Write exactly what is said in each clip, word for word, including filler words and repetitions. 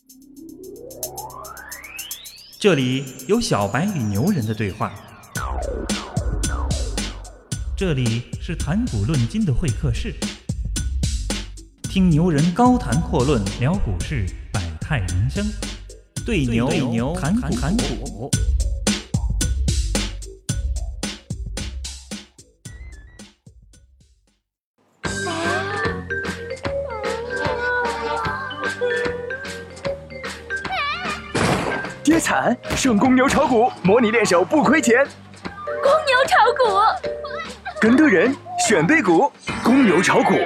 这里有小白与牛人的对话，这里是谈股论今的会客室，听牛人高谈阔论聊股市，百态人生，对牛谈股谈股。 跌惨，剩公牛炒股，模拟练手不亏钱。 公牛炒股， 跟对人，选对股，公牛炒股。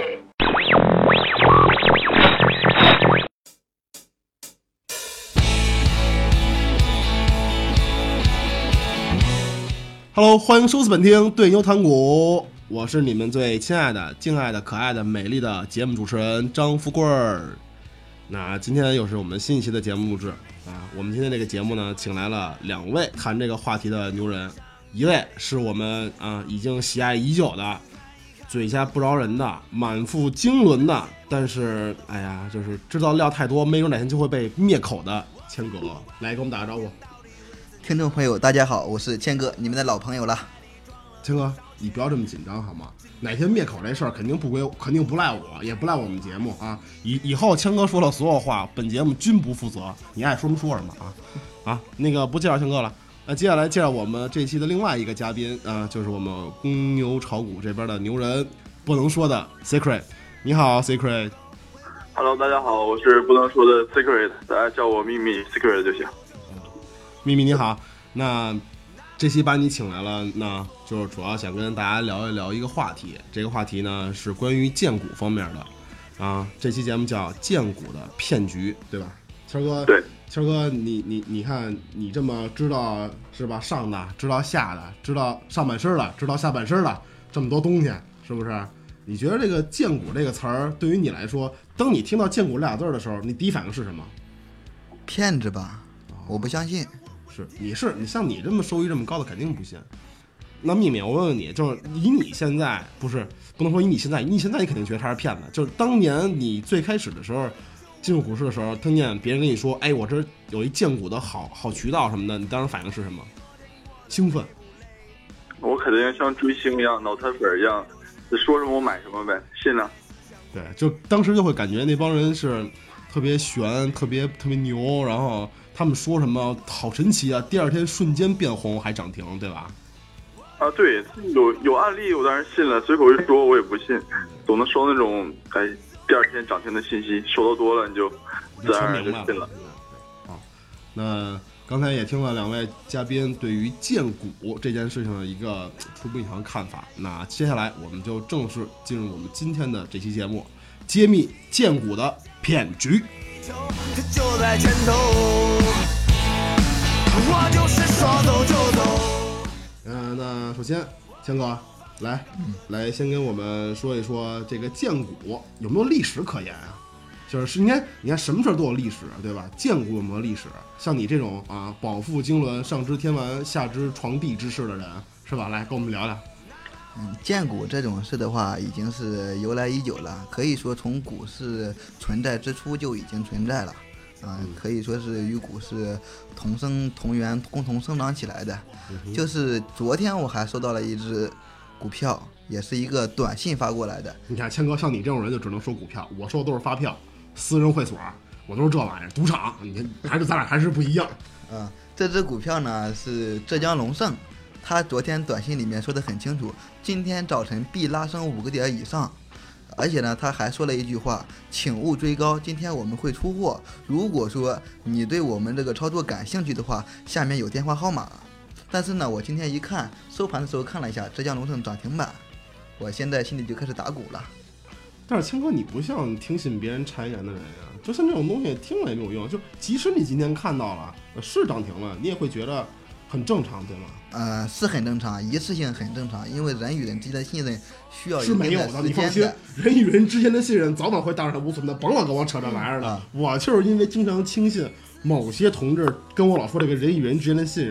Hello， 欢迎收视本听对牛谈股，我是你们最亲爱的、敬爱的、可爱的、美丽的节目主持人张富贵儿。那今天又是我们新一期的节目录制啊，我们今天这个节目呢，请来了两位谈这个话题的牛人，一位是我们啊已经喜爱已久的、嘴下不饶人的、满腹经纶的，但是哎呀，就是知道料太多，没准哪天就会被灭口的谦哥，来给我们打个招呼。 听众朋友大家好，我是谦哥，你们的老朋友了。 谦哥，你不要这么紧张好吗？哪天灭口这事儿肯定不归，肯定不赖我，也不赖我们节目啊！以以后谦哥说了所有话，本节目均不负责，你爱说什么说什么啊！啊，那个不介绍谦哥了，那接下来介绍我们这期的另外一个嘉宾啊，就是我们公牛炒股这边的牛人，不能说的 Secret。你好 Secret。 Hello， 大家好，我是不能说的 Secret， 大家叫我秘密 Secret 就行。 秘密你好，那这期把你请来了，那就是主要想跟大家聊一聊一个话题，这个话题呢是关于荐股方面的啊。这期节目叫荐股的骗局，对吧？谦哥， 对， 谦哥，你你你看，你这么知道是吧？上的，知道下的，知道上半身的，知道下半身的，这么多东西，是不是？你觉得这个荐股这个词儿对于你来说，当你听到荐股俩字的时候，你第一反应是什么？ 骗子吧，我不相信。 是，你是你像你这么收益这么高的肯定不信。那秘密，我问问你，就是以你现在不是不能说以你现在，以你现在你肯定觉得他是骗子。就是当年你最开始的时候进入股市的时候，听见别人跟你说，哎，我这有一荐股的好好渠道什么的，你当时反应是什么？兴奋。 我肯定像追星一样，脑残粉一样，说什么我买什么呗，信了。 对，就当时就会感觉那帮人是特别悬，特别特别牛，然后他们说什么好神奇啊，第二天瞬间变红还涨停，对吧？ 啊，对，有有案例我当然信了，随口一说我也不信，总能收那种哎第二天涨停的信息，收到多了你就自然而然就信了。 好，那刚才也听了两位嘉宾对于荐股这件事情的一个初步印象看法，那接下来我们就正式进入我们今天的这期节目，揭秘荐股的骗局。 就在前头，我就是说走就走。 嗯，那首先谦哥来、嗯、来先跟我们说一说这个荐股有没有历史可言啊？就是你看你看什么事都有历史，对吧？荐股有没有历史？像你这种啊饱腹经纶、上知天文下知床地之事的人，是吧？来跟我们聊聊。 嗯，荐股这种事的话，已经是由来已久了，可以说从股市存在之初就已经存在了，啊、呃，可以说是与股市同生同源、共同生长起来的。嗯、就是昨天我还收到了一只股票，也是一个短信发过来的。 你看，谦哥像你这种人就只能说股票，我说的都是发票、私人会所，我都是这玩意儿，赌场。你看，还是咱俩还是不一样。 啊、呃，这只股票呢是浙江龙盛。他昨天短信里面说得很清楚，今天早晨必拉升五个点以上，而且呢，他还说了一句话，请勿追高，今天我们会出货。如果说你对我们这个操作感兴趣的话，下面有电话号码。但是呢，我今天一看，收盘的时候看了一下浙江龙盛涨停板，我现在心里就开始打鼓了。 但是谦哥，你不像听信别人谗言的人呀、啊，就像这种东西听了也没有用，就即使你今天看到了是涨停了，你也会觉得很正常，对吗？ 呃，是很正常，一次性很正常，因为人与人之间的信任需要一定的时间的。是没有的，你放心，人与人之间的信任早晚会大然无存的，甭老跟我扯这玩意儿了、嗯。我就是因为经常轻信某些同志跟我老说这个人与人之间的信任，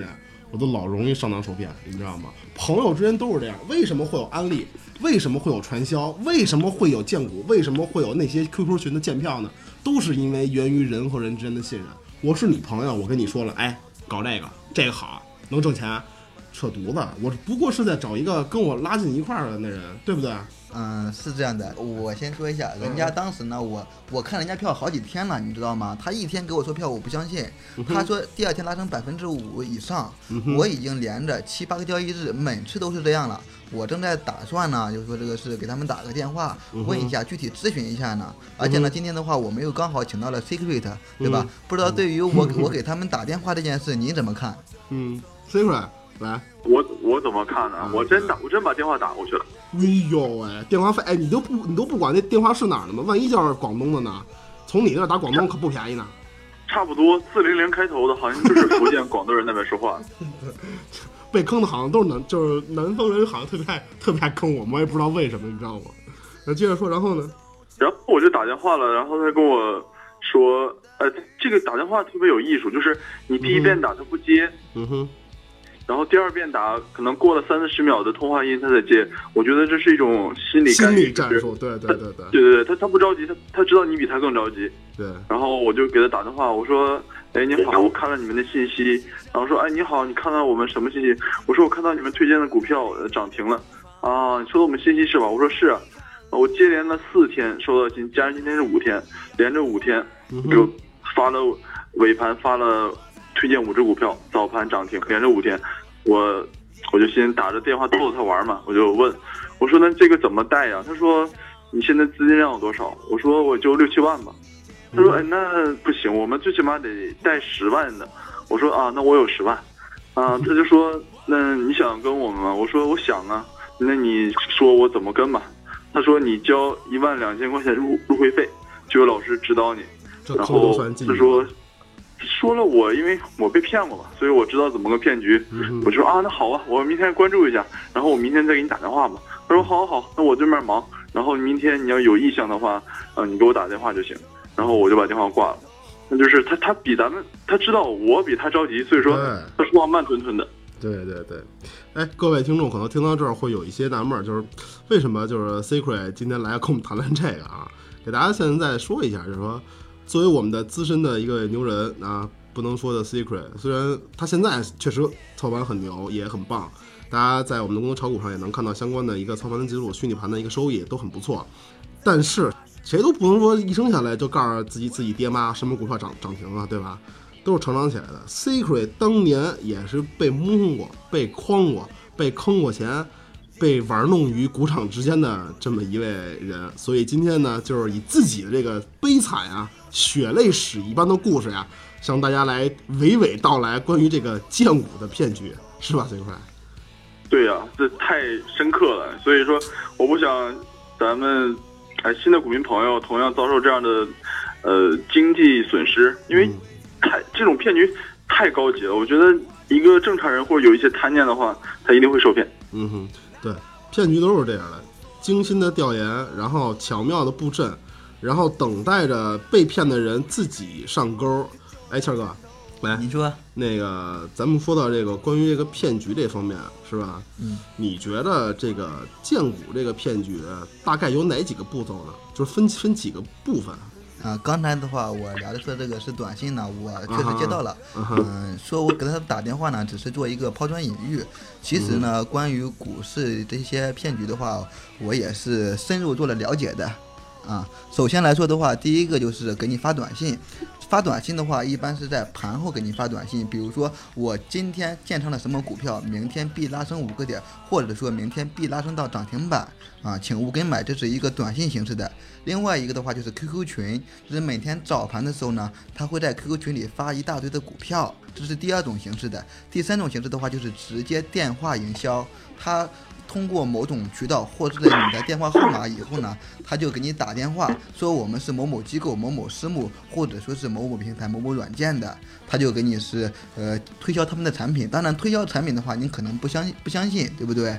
我都老容易上当受骗，你知道吗？朋友之间都是这样，为什么会有安利？为什么会有传销？为什么会有荐股？为什么会有那些 Q Q 群的建票呢？都是因为源于人和人之间的信任。我是你朋友，我跟你说了，哎，搞这个，这个好，能挣钱，扯犊子！我不过是在找一个跟我拉近一块儿的那人，对不对？ 嗯，是这样的，我先说一下，人家当时呢，我我看人家票好几天了，你知道吗？他一天给我说票，我不相信。他说第二天拉升百分之五以上，我已经连着七八个交易日，每次都是这样了。我正在打算呢，就是说这个是给他们打个电话，问一下具体咨询一下呢。而且呢，今天的话，我们又刚好请到了 Secret， 对吧？不知道对于我我给他们打电话这件事，你怎么看？ 嗯 ，Secret，来， 我我怎么看呢？我真打，我真把电话打过去了。 哎呦喂，电话费，哎，你都不你都不管那电话是哪儿的吗？万一要是广东的呢？从你那儿打广东可不便宜呢。 差不多四零零开头的，好像就是福建广东人那边说话。 被坑的好像都是南，就是南方人，好像特别爱特别爱坑我们，我也不知道为什么，你知道吗？那接着说，然后呢？ 然后我就打电话了，然后他跟我说，呃，这个打电话特别有艺术，就是你第一遍打他不接， 嗯哼。 然后第二遍打，可能过了三四十秒的通话音，他才接。我觉得这是一种心理心理战术，对对对对对对对，他他不着急，他他知道你比他更着急。 对。 然后我就给他打电话，我说：“哎，你好，我看了你们的信息。”然后说：“哎，你好，你看到我们什么信息？”我说：“我看到你们推荐的股票涨停了。”啊，你收到我们信息是吧？我说是啊。我接连了四天收到信，加上今天是五天，连着五天就发了尾盘发了推荐五只股票，早盘涨停，连着五天。我我就先打着电话逗逗他玩嘛，我就问我说那这个怎么带呀？他说你现在资金量有多少？我说我就六七万吧。他说哎那不行，我们最起码得带十万的。我说啊那我有十万啊。他就说那你想跟我们吗？我说我想啊。那你说我怎么跟吧？他说你交一万两千块钱入入会费，就有老师指导你。然后他说。说了我，因为我被骗过嘛，所以我知道怎么个骗局。嗯、我就说啊，那好啊，我明天关注一下，然后我明天再给你打电话吧。他说好好好，那我这边忙，然后明天你要有意向的话，呃，你给我打电话就行。然后我就把电话挂了。那就是他他比咱们他知道我比他着急，所以说他说话慢吞吞的。 对对对，哎，各位听众可能听到这儿会有一些纳闷，就是为什么就是 Secret 今天来跟我们谈谈这个啊？给大家现在说一下，就是说。作为我们的资深的一个牛人啊，不能说的 Secret， 虽然他现在确实操盘很牛，也很棒，大家在我们的公众炒股上也能看到相关的一个操盘的记录，虚拟盘的一个收益都很不错。但是谁都不能说一生下来就告诉自己自己爹妈什么股票涨涨停了，对吧？都是成长起来的。Secret 当年也是被蒙过、被诓过、被坑过钱。被玩弄于股场之间的这么一位人，所以今天呢，就是以自己的这个悲惨啊、血泪史一般的故事呀，向大家来娓娓道来关于这个荐股的骗局，是吧？这一块。 对呀、啊，这太深刻了，所以说我不想咱们哎新的股民朋友同样遭受这样的呃经济损失，因为太这种骗局太高级了，我觉得一个正常人或者有一些贪念的话，他一定会受骗。 嗯哼。对，骗局都是这样的，精心的调研，然后巧妙的布阵，然后等待着被骗的人自己上钩。哎，谦哥，来， 你说那个，咱们说到这个关于这个骗局这方面，是吧？ 嗯， 你觉得这个荐股这个骗局大概有哪几个步骤呢？就是分分几个部分？ 啊，刚才的话我聊的说这个是短信呢，我确实接到了，嗯、uh-huh. 呃，说我给他打电话呢，只是做一个抛砖引玉。其实呢，嗯、关于股市这些骗局的话，我也是深入做了了解的。啊，首先来说的话，第一个就是给你发短信。发短信的话，一般是在盘后给你发短信，比如说我今天建仓了什么股票，明天必拉升五个点，或者说明天必拉升到涨停板啊，请勿跟买，这是一个短信形式的。另外一个的话就是 Q Q 群，就是每天早盘的时候呢，他会在 Q Q 群里发一大堆的股票，这是第二种形式的。第三种形式的话就是直接电话营销，他通过某种渠道获知了你的电话号码以后呢，他就给你打电话说我们是某某机构、某某私募，或者说是某某平台、某某软件的，他就给你是呃推销他们的产品。当然推销产品的话，你可能不相信，不相信，对不对？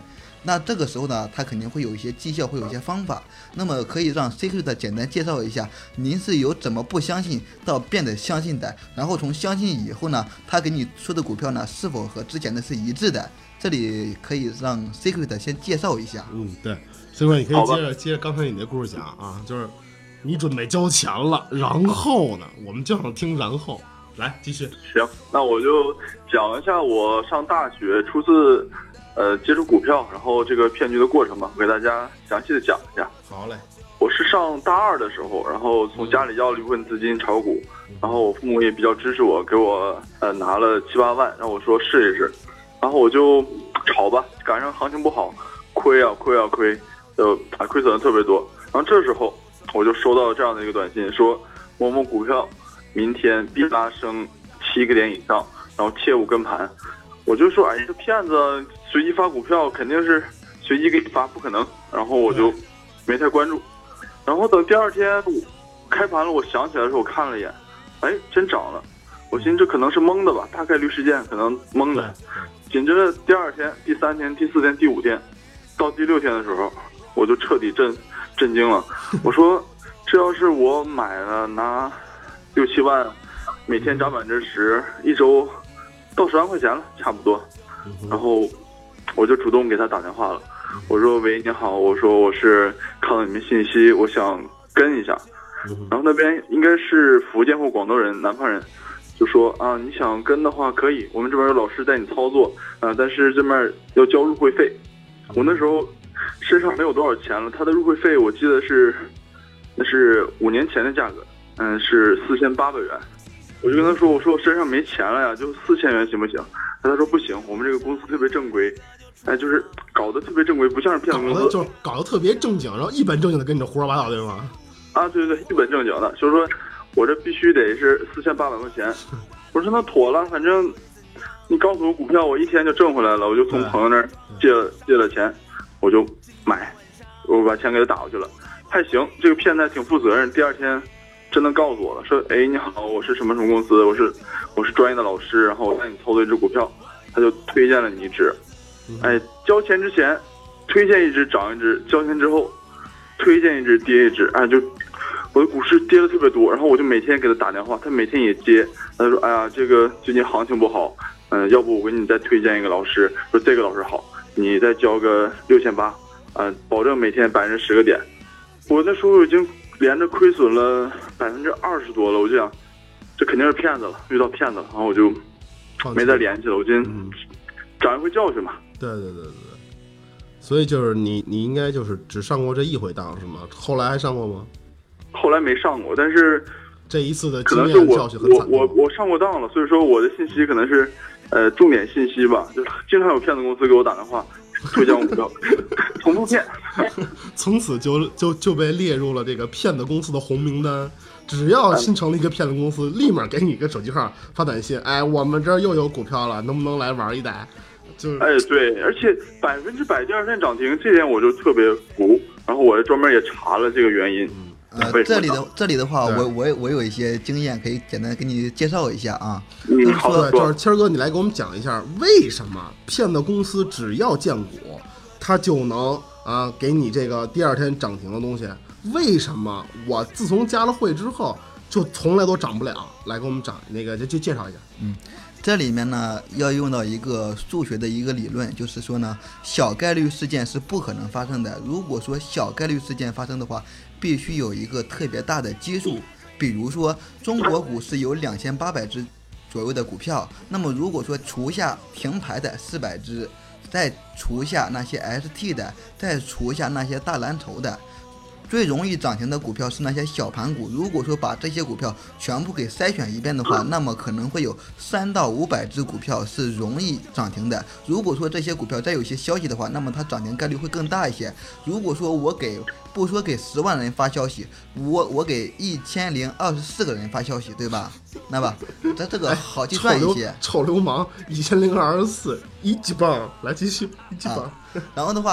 那这个时候呢，他肯定会有一些绩效，会有一些方法。那么可以让 Secret 简单介绍一下，您是由怎么不相信到变得相信的，然后从相信以后呢，他给你说的股票呢是否和之前的是一致的？这里可以让 Secret 先介绍一下。 嗯，对 ，Secret 你可以接着接着刚才你的故事讲啊，就是你准备交钱了，然后呢，我们就想听然后。来继续。 行，那我就讲一下我上大学初次呃接触股票，然后这个骗局的过程吧，我给大家详细的讲一下。 好嘞。 我是上大二的时候，然后从家里要了一部分资金炒股，然后我父母也比较支持我，给我呃拿了七八万，让我说试一试，然后我就炒吧，赶上行情不好，亏啊亏啊亏，就啊亏损的特别多。然后这时候我就收到了这样的一个短信，说某某股票明天必拉升七个点以上，然后切勿跟盘。我就说，哎，这骗子随机发股票肯定是随机给你发，不可能。然后我就没太关注。然后等第二天开盘了，我想起来的时候，我看了一眼，哎，真涨了。我寻思这可能是蒙的吧，大概率事件可能蒙的。紧接着第二天、第三天、第四天、第五天，到第六天的时候，我就彻底震震惊了。我说，这要是我买了拿六七万，每天涨百分之十，一周到十万块钱了，差不多。然后我就主动给他打电话了，我说：“喂，你好，我说我是看到你们信息，我想跟一下。”然后那边应该是福建或广东人，南方人，就说：“啊，你想跟的话可以，我们这边有老师带你操作，啊，但是这边要交入会费。”我那时候身上没有多少钱了，他的入会费我记得是，那是五年前的价格。嗯，是四千八百元，我就跟他说，我说我身上没钱了呀，就四千元行不行？他说不行，我们这个公司特别正规，哎，就是搞得特别正规，不像是骗子公司， 就是搞得特别正经，然后一本正经的跟你这胡说八道，对吗？ 啊，对对对，一本正经的，就是说我这必须得是四千八百块钱。我说那妥了，反正你告诉我股票，我一天就挣回来了，我就从朋友那儿借了借了钱，我就买，我把钱给他打过去了，还行，这个骗子还挺负责任，第二天真的告诉我了，说，哎，你好，我是什么什么公司，我是我是专业的老师，然后我带你操作一只股票，他就推荐了你一只，哎，交钱之前推荐一只涨一只，交钱之后推荐一只跌一只，哎，就我的股市跌的特别多，然后我就每天给他打电话，他每天也接，他说，哎呀，这个最近行情不好，嗯、呃，要不我给你再推荐一个老师，说这个老师好，你再交个六千八，嗯，保证每天百分之十个点，我那时候已经连着亏损了百分之二十多了，我就想，这肯定是骗子了，遇到骗子了，然后我就没再联系了，我今天长一回教训嘛。 对对对对对，所以就是你你应该就是只上过这一回当是吗？后来还上过吗？ 后来没上过，但是这一次的可经能是我验教训很惨我我我上过当了，所以说我的信息可能是呃重点信息吧，就经常有骗子公司给我打电话推荐我股票，重复骗。 从此就就就被列入了这个骗子公司的红名单。只要新成立一个骗子公司，立马给你一个手机号发短信，哎，我们这儿又有股票了，能不能来玩一单？就是哎，对，而且百分之百第二天涨停，这点我就特别服。然后我还专门也查了这个原因。 呃，这里的这里的话，我我我有一些经验可以简单给你介绍一下啊。 嗯，好的， 就是谦儿哥，你来给我们讲一下，为什么骗子公司只要见股，他就能啊给你这个第二天涨停的东西？为什么我自从加了会之后，就从来都涨不了？来给我们讲那个就就介绍一下。 嗯。这里面呢要用到一个数学的一个理论，就是说呢，小概率事件是不可能发生的。如果说小概率事件发生的话，必须有一个特别大的基数。比如说中国股市有两千八百只左右的股票，那么如果说除下停牌的四百只，再除下那些 S T 的，再除下那些大蓝筹的，最容易涨停的股票是那些小盘股。如果说把这些股票全部给筛选一遍的话，那么可能会有三到五百只股票是容易涨停的。如果说这些股票再有一些消息的话，那么它涨停概率会更大一些。如果说我给不说给十万人发消息，我我给一千零二十四个人发消息，对吧？那吧，这这个好计算一些。 哎、臭流氓一千零二十四，一级棒，来继续一级棒。 啊、然后的话。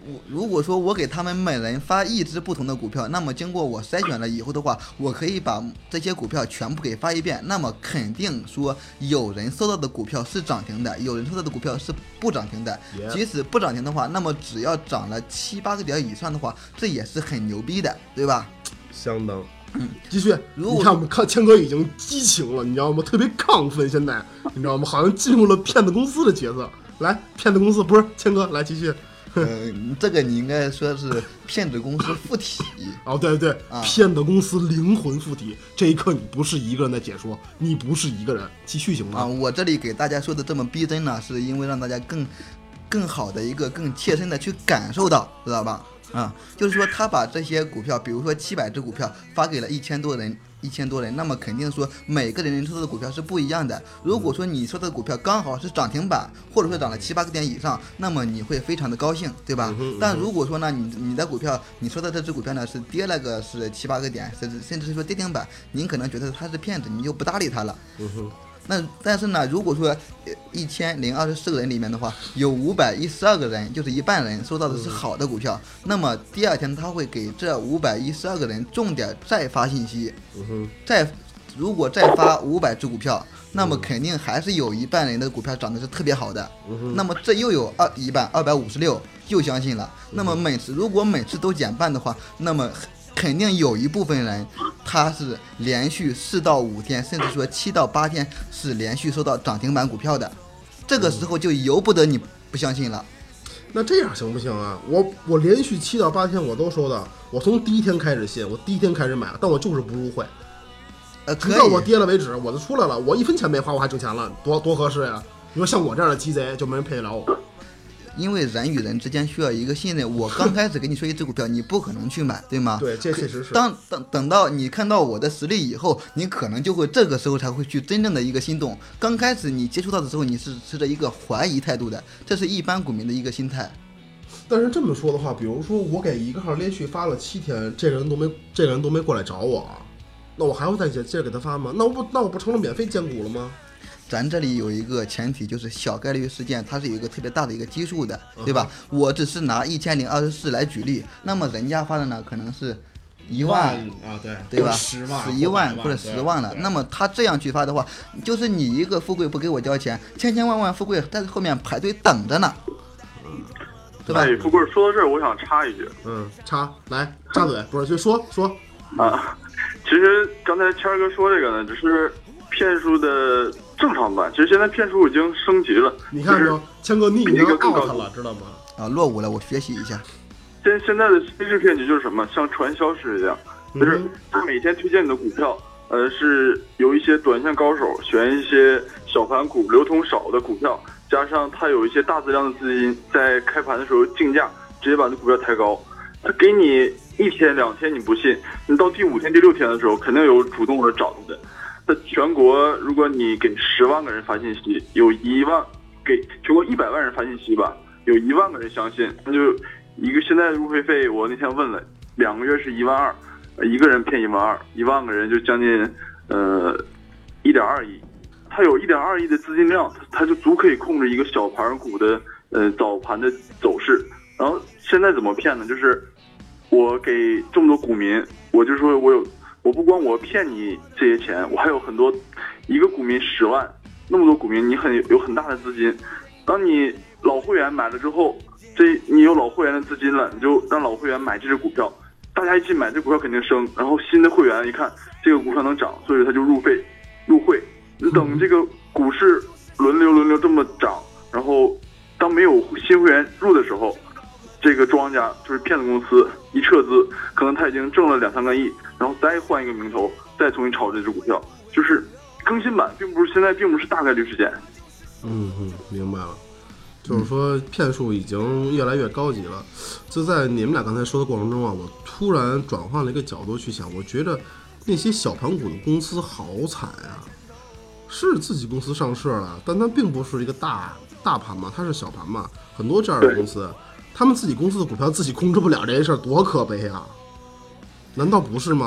如果说我给他们每人发一只不同的股票，那么经过我筛选了以后的话，我可以把这些股票全部给发一遍，那么肯定说有人收到的股票是涨停的，有人收到的股票是不涨停的。 Yeah. 即使不涨停的话，那么只要涨了七八个点以上的话，这也是很牛逼的，对吧？ 相当。 嗯， 继续。 如果你看，我们看谦哥已经激情了，你知道吗？特别亢奋，现在你知道吗？好像进入了骗子公司的角色。来，骗子公司不是谦哥，来继续。 嗯，这个你应该说是骗子公司附体。 哦，对对对， 啊、 骗子公司灵魂附体。这一刻你不是一个人在解说，你不是一个人。继续行吗？ 啊，我这里给大家说的这么逼真呢，是因为让大家更更好的一个更切身的去感受到，知道吧？啊，就是说他把这些股票，比如说七百只股票发给了一千多人。一千多人，那么肯定说每个人收到的股票是不一样的。如果说你收到的股票刚好是涨停板，或者说涨了七八个点以上，那么你会非常的高兴，对吧？ 嗯、 但如果说呢，你你的股票，你收到这只股票呢是跌了个是七八个点，甚至甚至是说跌停板，您可能觉得它是骗子，你就不搭理它了。 嗯哼。 那但是呢，如果说一千零二十四个人里面的话，有五百一十二个人，就是一半人收到的是好的股票，嗯、那么第二天他会给这五百一十二个人重点再发信息， 嗯哼， 再如果再发五百只股票，那么肯定还是有一半人的股票涨得是特别好的， 嗯、 那么这又有二一半二百五十六又相信了，那么每次如果每次都减半的话，那么肯定有一部分人他是连续四到五天，甚至说七到八天是连续收到涨停板股票的，这个时候就由不得你不相信了。 那这样行不行啊？我我连续七到八天我都收到，我从第一天开始信，我第一天开始买，但我就是不入会， 呃， 直到我跌了为止，我就出来了，我一分钱没花，我还挣钱了，多多合适呀！你说像我这样的鸡贼，就没人配得了我。 因为人与人之间需要一个信任，我刚开始给你说一只股票，你不可能去买，对吗？ 对，这确实是。 当等等到你看到我的实力以后，你可能就会这个时候才会去真正的一个心动。刚开始你接触到的时候，你是持着一个怀疑态度的，这是一般股民的一个心态。 但是这么说的话，比如说我给一个号连续发了七天，这个人都没这个人都没过来找我，那我还会再接接着给他发吗？那我不那我不成了免费荐股了吗？ 咱这里有一个前提，就是小概率事件，它是有一个特别大的一个基数的，对吧？嗯、我只是拿一千零二十四来举例，那么人家发的呢，可能是一万啊，对对吧？ 十万、 十一万或者十万了。那么他这样去发的话，就是你一个富贵不给我交钱，千千万万富贵在后面排队等着呢，对吧？ 哎，富贵说到这儿，我想插一句， 嗯，插来插嘴，不是就说说啊。其实刚才谦儿哥说这个呢，只是骗术的正常版，其实现在骗术已经升级了。 你看着，谦哥你已经 out 了，知道吗？ 啊，落伍了，我学习一下。 现现在的新式骗局就是什么，像传销式一样，就是他每天推荐你的股票，呃，是由一些短线高手选一些小盘股、流通少的股票，加上他有一些大质量的资金，在开盘的时候竞价，直接把这股票抬高。他给你一天两天你不信，你到第五天、第六天的时候，肯定有主动的找你的。在全国，如果你给十万个人发信息，有一万给全国一百万人发信息吧，有一万个人相信，那就一个现在的入会费，我那天问了，两个月是一万二，一个人骗一万二，一万个人就将近呃一点二亿，他有一点二亿的资金量，他他就足可以控制一个小盘股的呃早盘的走势。然后现在怎么骗呢？就是我给这么多股民，我就说我有。我不光我骗你这些钱，我还有很多，一个股民十万，那么多股民，你很有很大的资金。当你老会员买了之后，这你有老会员的资金了，你就让老会员买这只股票，大家一起买，这股票肯定升。然后新的会员一看这个股票能涨，所以他就入费入会。你等这个股市轮流轮流这么涨，然后当没有新会员入的时候，这个庄家就是骗子公司一撤资，可能他已经挣了两三个亿，然后再换一个名头，再重新炒这只股票，就是更新版，并不是现在并不是大概率事件。 嗯嗯，明白了，就是说骗术已经越来越高级了。就在你们俩刚才说的过程中啊，我突然转换了一个角度去想，我觉得那些小盘股的公司好惨啊，是自己公司上市了，但它并不是一个大大盘嘛，它是小盘嘛，很多这样的公司。他们自己公司的股票自己控制不了这些事儿，多可悲啊！难道不是吗？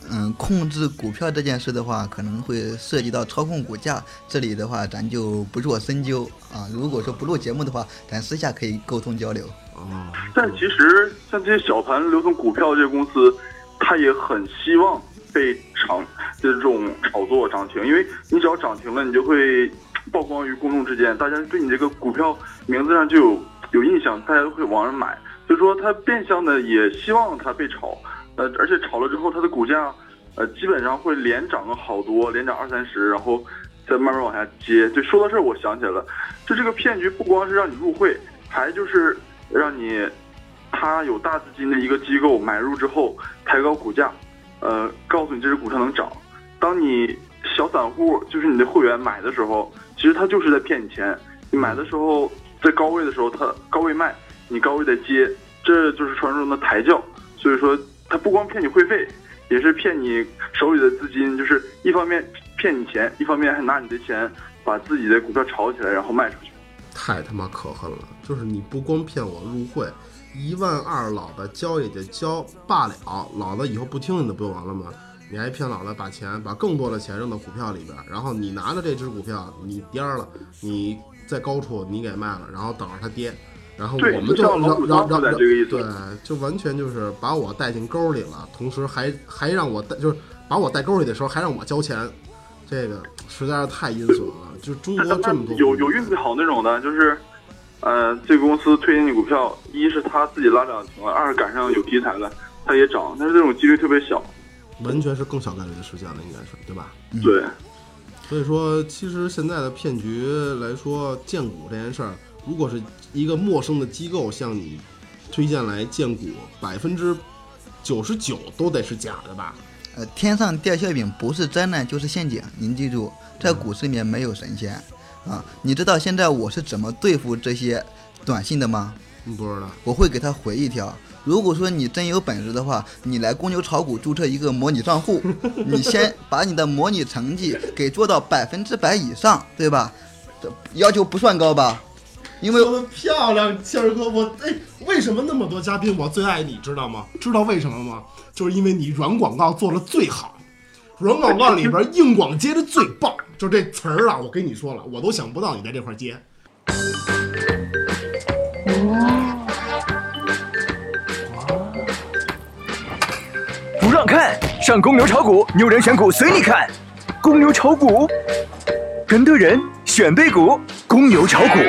嗯，控制股票这件事的话，可能会涉及到操控股价，这里的话咱就不做深究啊。如果说不录节目的话，咱私下可以沟通交流。 哦， 但其实像这些小盘流通股票这些公司，它也很希望被涨这种炒作涨停，因为你只要涨停了，你就会曝光于公众之间，大家对你这个股票名字上就有有印象，大家都会往上买。所以说，它变相的也希望它被炒，呃，而且炒了之后，它的股价，呃，基本上会连涨个好多，连涨二三十，然后再慢慢往下接。对，说到这儿，我想起来了，就这个骗局不光是让你入会，还就是让你，他有大资金的一个机构买入之后抬高股价，呃，告诉你这只股票能涨。当你小散户就是你的会员买的时候，其实他就是在骗你钱。你买的时候在高位的时候，他高位卖。你高位的接，这就是传说中的抬轿。所以说，他不光骗你会费，也是骗你手里的资金，就是一方面骗你钱，一方面还拿你的钱把自己的股票炒起来，然后卖出去。 太他妈可恨了！就是你不光骗我入会，一万二老子交也就交罢了，老子以后不听你的不就完了吗？你还骗老子把钱，把更多的钱扔到股票里边，然后你拿着这只股票，你颠了，你在高处你给卖了，然后等着它跌。然后我们就让让让让对，就完全就是把我带进沟里了，同时还还让我带，就是把我带沟里的时候还让我交钱，这个实在是太阴损了。就中国这么多有有运气好那种的，就是，呃，这个公司推荐你股票，一是他自己拉涨停了，二是赶上有题材了，它也涨，但是这种几率特别小， 完全是更小概率的事件了，应该是对吧？ 对。 所以说，其实现在的骗局来说，荐股这件事儿。如果是一个陌生的机构向你推荐来荐股，百分之九十九都得是假的吧？ 呃，天上掉馅饼不是灾难就是陷阱。您记住，在股市里面没有神仙啊！你知道现在我是怎么对付这些短信的吗？ 不知道。 我会给他回一条。如果说你真有本事的话，你来公牛炒股注册一个模拟账户，你先把你的模拟成绩给做到百分之百以上，对吧？要求不算高吧？因为说的漂亮，谦儿哥，我哎，为什么那么多嘉宾我最爱你，知道吗？知道为什么吗？就是因为你软广告做的最好，软广告里边硬广接的最棒，就这词儿啊，我跟你说了，我都想不到你在这块接。 不让看，上公牛炒股，牛人选股随你看。公牛炒股，跟对人选对股，公牛炒股。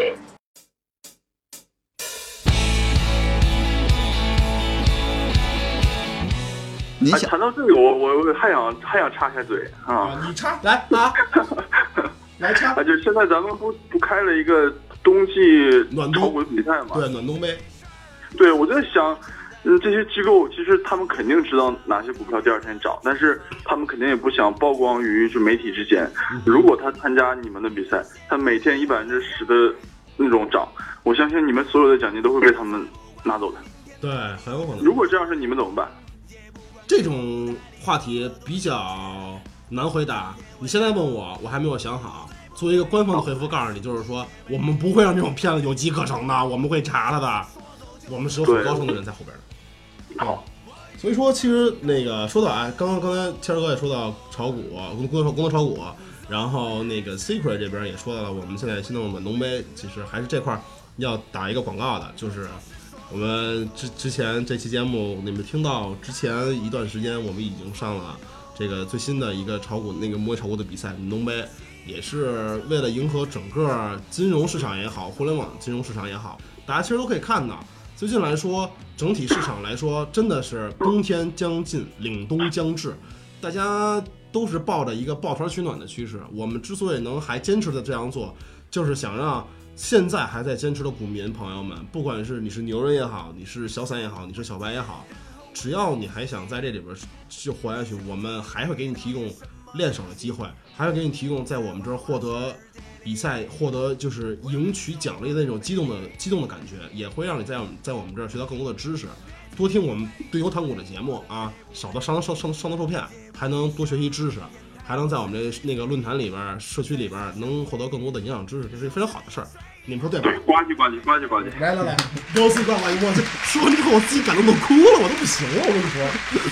你想、哎、谈到这个，我我还想还想插一下嘴啊！ 啊你插来啊，来插！ 啊，就现在咱们不不开了一个冬季暖炒股比赛嘛？ 对，暖冬杯。 对，我在想，嗯，这些机构其实他们肯定知道哪些股票第二天涨，但是他们肯定也不想曝光于就媒体之间。如果他参加你们的比赛，他每天以百分之十的那种涨，我相信你们所有的奖金都会被他们拿走的。 对，很有可能。 如果这样是你们怎么办？ 这种话题比较难回答。你现在问我，我还没有想好。作为一个官方的回复，告诉你，就是说，我们不会让这种骗子有机可乘的，我们会查他的。我们是有很高深的人在后边的。 好， 所以说，其实那个说到啊，刚刚刚才谦儿哥也说到炒股，工工作工作炒股，然后那个 Secret 这边也说到了，我们现在新弄的浓杯，其实还是这块要打一个广告的，就是。我们之之前这期节目，你们听到之前一段时间，我们已经上了这个最新的一个炒股那个模拟炒股的比赛浓杯，也是为了迎合整个金融市场也好，互联网金融市场也好，大家其实都可以看到，最近来说，整体市场来说，真的是冬天将近，凛冬将至，大家都是抱着一个抱团取暖的趋势。我们之所以能还坚持的这样做，就是想让。现在还在坚持的股民朋友们，不管是你是牛人也好，你是小散也好，你是小白也好，只要你还想在这里边就活下去，我们还会给你提供练手的机会，还会给你提供在我们这儿获得比赛、获得就是赢取奖励的那种激动的激动的感觉，也会让你在我们在我们这儿学到更多的知识，多听我们对牛谈股的节目啊，少的上上上上当受骗，还能多学习知识。还能在我们这那个论坛里边、社区里边能获得更多的营养知识，这是非常好的事儿。你们说对吧？ 对，呱唧呱唧呱唧呱唧。 来来来，高兴呱呱！我这说完之后，我自己感动都哭了，我都不行了。我跟你说，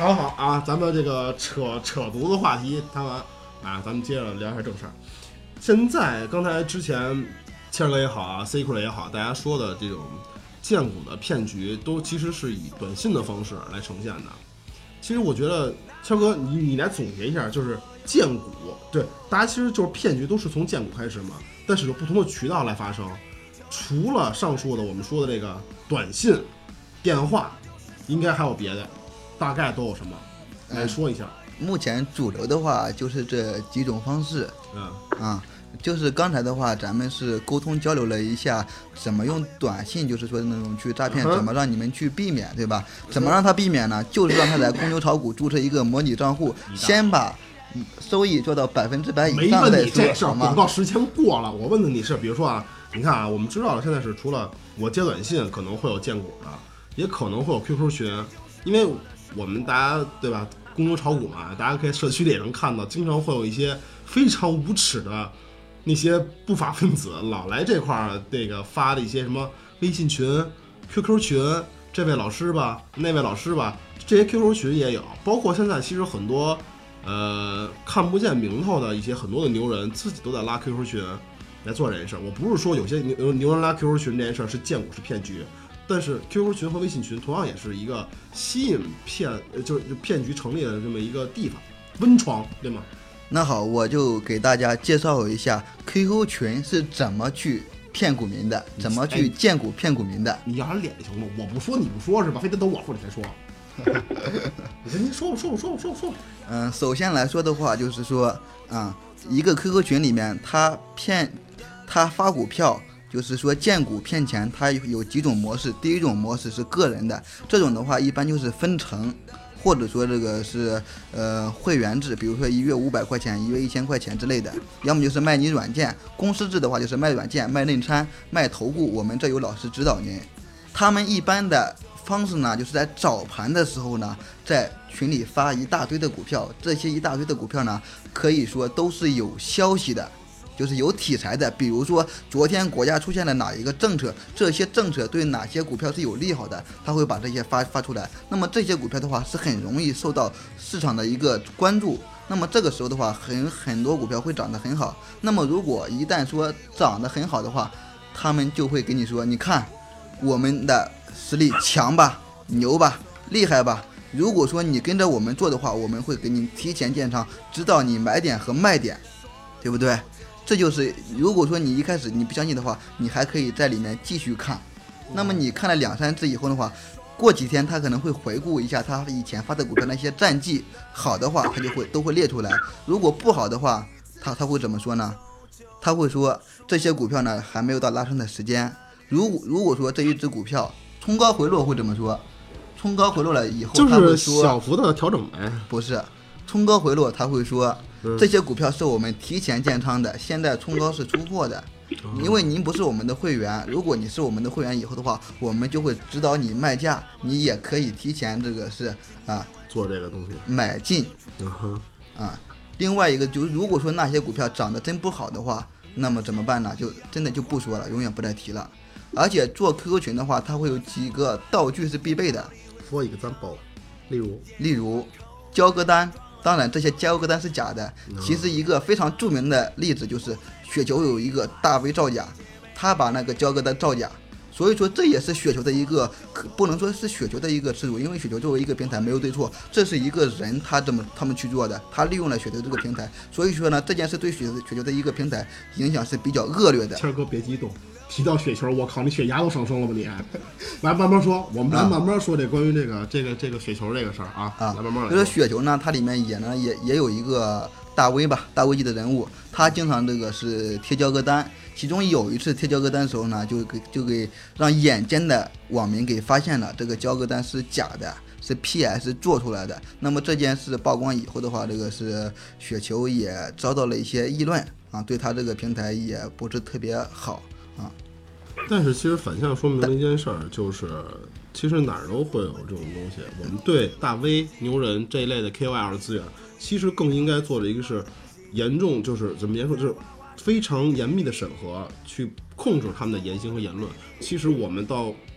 好好啊，咱们这个扯扯犊子话题谈完啊，咱们接着聊一下正事儿。现在刚才之前谦哥也好啊 ，C 库也好，大家说的这种荐股的骗局，都其实是以短信的方式来呈现的。其实我觉得谦哥，你你来总结一下，就是荐股，对，大家其实就是骗局都是从荐股开始嘛，但是有不同的渠道来发生。除了上述的我们说的这个短信、电话，应该还有别的，大概都有什么？来说一下。 嗯、目前主流的话就是这几种方式。 嗯啊，就是刚才的话，咱们是沟通交流了一下，怎么用短信，就是说那种去诈骗， 嗯、 怎么让你们去避免，对吧？怎么让他避免呢？就是让他在公牛炒股注册一个模拟账户，先把收益做到百分之百以上再说。 没问题，这事儿广告时间过了。我问的你是，比如说啊。你看啊，我们知道了，现在是除了我接短信可能会有荐股的，也可能会有 Q Q 群，因为我们大家对吧，公牛炒股嘛，大家可以社区里也能看到，经常会有一些非常无耻的那些不法分子，老来这块儿那个发的一些什么微信群、Q Q 群，这位老师吧，那位老师吧，这些 Q Q 群也有，包括现在其实很多呃看不见名头的一些很多的牛人自己都在拉 Q Q 群。来做这件事儿，我不是说有些牛牛人拉 Q Q 群这件事儿是荐股是骗局，但是 Q Q 群和微信群同样也是一个吸引骗，就是骗局成立的这么一个地方，温床，对吗？ 那好，我就给大家介绍一下 Q Q 群是怎么去骗股民的，怎么去荐股骗股民的。 你要点脸就行了，我不说你不说是吧？非得等我说你才说。你先您说吧，说吧，说吧，说吧，说吧。 嗯，首先来说的话，就是说啊、嗯，一个 Q Q 群里面，他骗。他发股票，就是说荐股骗钱，它有几种模式。第一种模式是个人的，这种的话一般就是分成，或者说这个是呃会员制，比如说一月五百块钱，一月一千块钱之类的。要么就是卖你软件，公司制的话就是卖软件、卖内参、卖投顾，我们这有老师指导您。他们一般的方式呢，就是在早盘的时候呢，在群里发一大堆的股票，这些一大堆的股票呢，可以说都是有消息的。就是有题材的，比如说昨天国家出现了哪一个政策，这些政策对哪些股票是有利好的，他会把这些发发出来。那么这些股票的话是很容易受到市场的一个关注。那么这个时候的话，很很多股票会涨得很好。那么如果一旦说涨得很好的话，他们就会给你说，你看我们的实力强吧，牛吧，厉害吧。如果说你跟着我们做的话，我们会给你提前建仓，知道你买点和卖点，对不对？这就是如果说你一开始你不相信的话，你还可以在里面继续看。那么你看了两三次以后的话，过几天他可能会回顾一下他以前发的股票那些战绩，好的话他就会都会列出来，如果不好的话，他他会怎么说呢？他会说这些股票呢还没有到拉升的时间。如如果说这一只股票冲高回落会怎么说？冲高回落了以后， 就是小幅的调整呗。 不是，冲高回落他会说。这些股票是我们提前建仓的，现在冲高是出货的。因为您不是我们的会员，如果你是我们的会员以后的话，我们就会指导你卖价，你也可以提前这个是啊做这个东西买进。 嗯哼啊，另外一个就是如果说那些股票涨得真不好的话，那么怎么办呢？就真的就不说了，永远不再提了。而且做 Q Q 群的话，它会有几个道具是必备的。 说一个咱包，例如例如交割单。当然，这些交割单是假的。其实一个非常著名的例子就是雪球有一个大 V 造假，他把那个交割单造假，所以说这也是雪球的一个，不能说是雪球的一个耻辱，因为雪球作为一个平台没有对错，这是一个人他这么他们去做的，他利用了雪球这个平台，所以说呢，这件事对雪雪球的一个平台影响是比较恶劣的。 谦哥别激动。提到雪球，我靠，你血压都上升了吧你？来慢慢说，我们来慢慢说这关于这个这个这个雪球这个事儿啊啊，来慢慢来。 就说雪球呢，它里面也呢也也有一个大 V 吧，大 V 级的人物，他经常这个是贴交割单，其中有一次贴交割单的时候呢，就给就给让眼尖的网民给发现了这个交割单是假的，是 P S 做出来的。那么这件事曝光以后的话，这个是雪球也遭到了一些议论啊，对他这个平台也不是特别好。啊， 但是其实反向说明了一件事儿，就是其实哪儿都会有这种东西。我们对大 V、牛人这一类的 K O L 资源，其实更应该做的一个是严重，就是怎么言说，就是非常严密的审核，去控制他们的言行和言论。其实我们到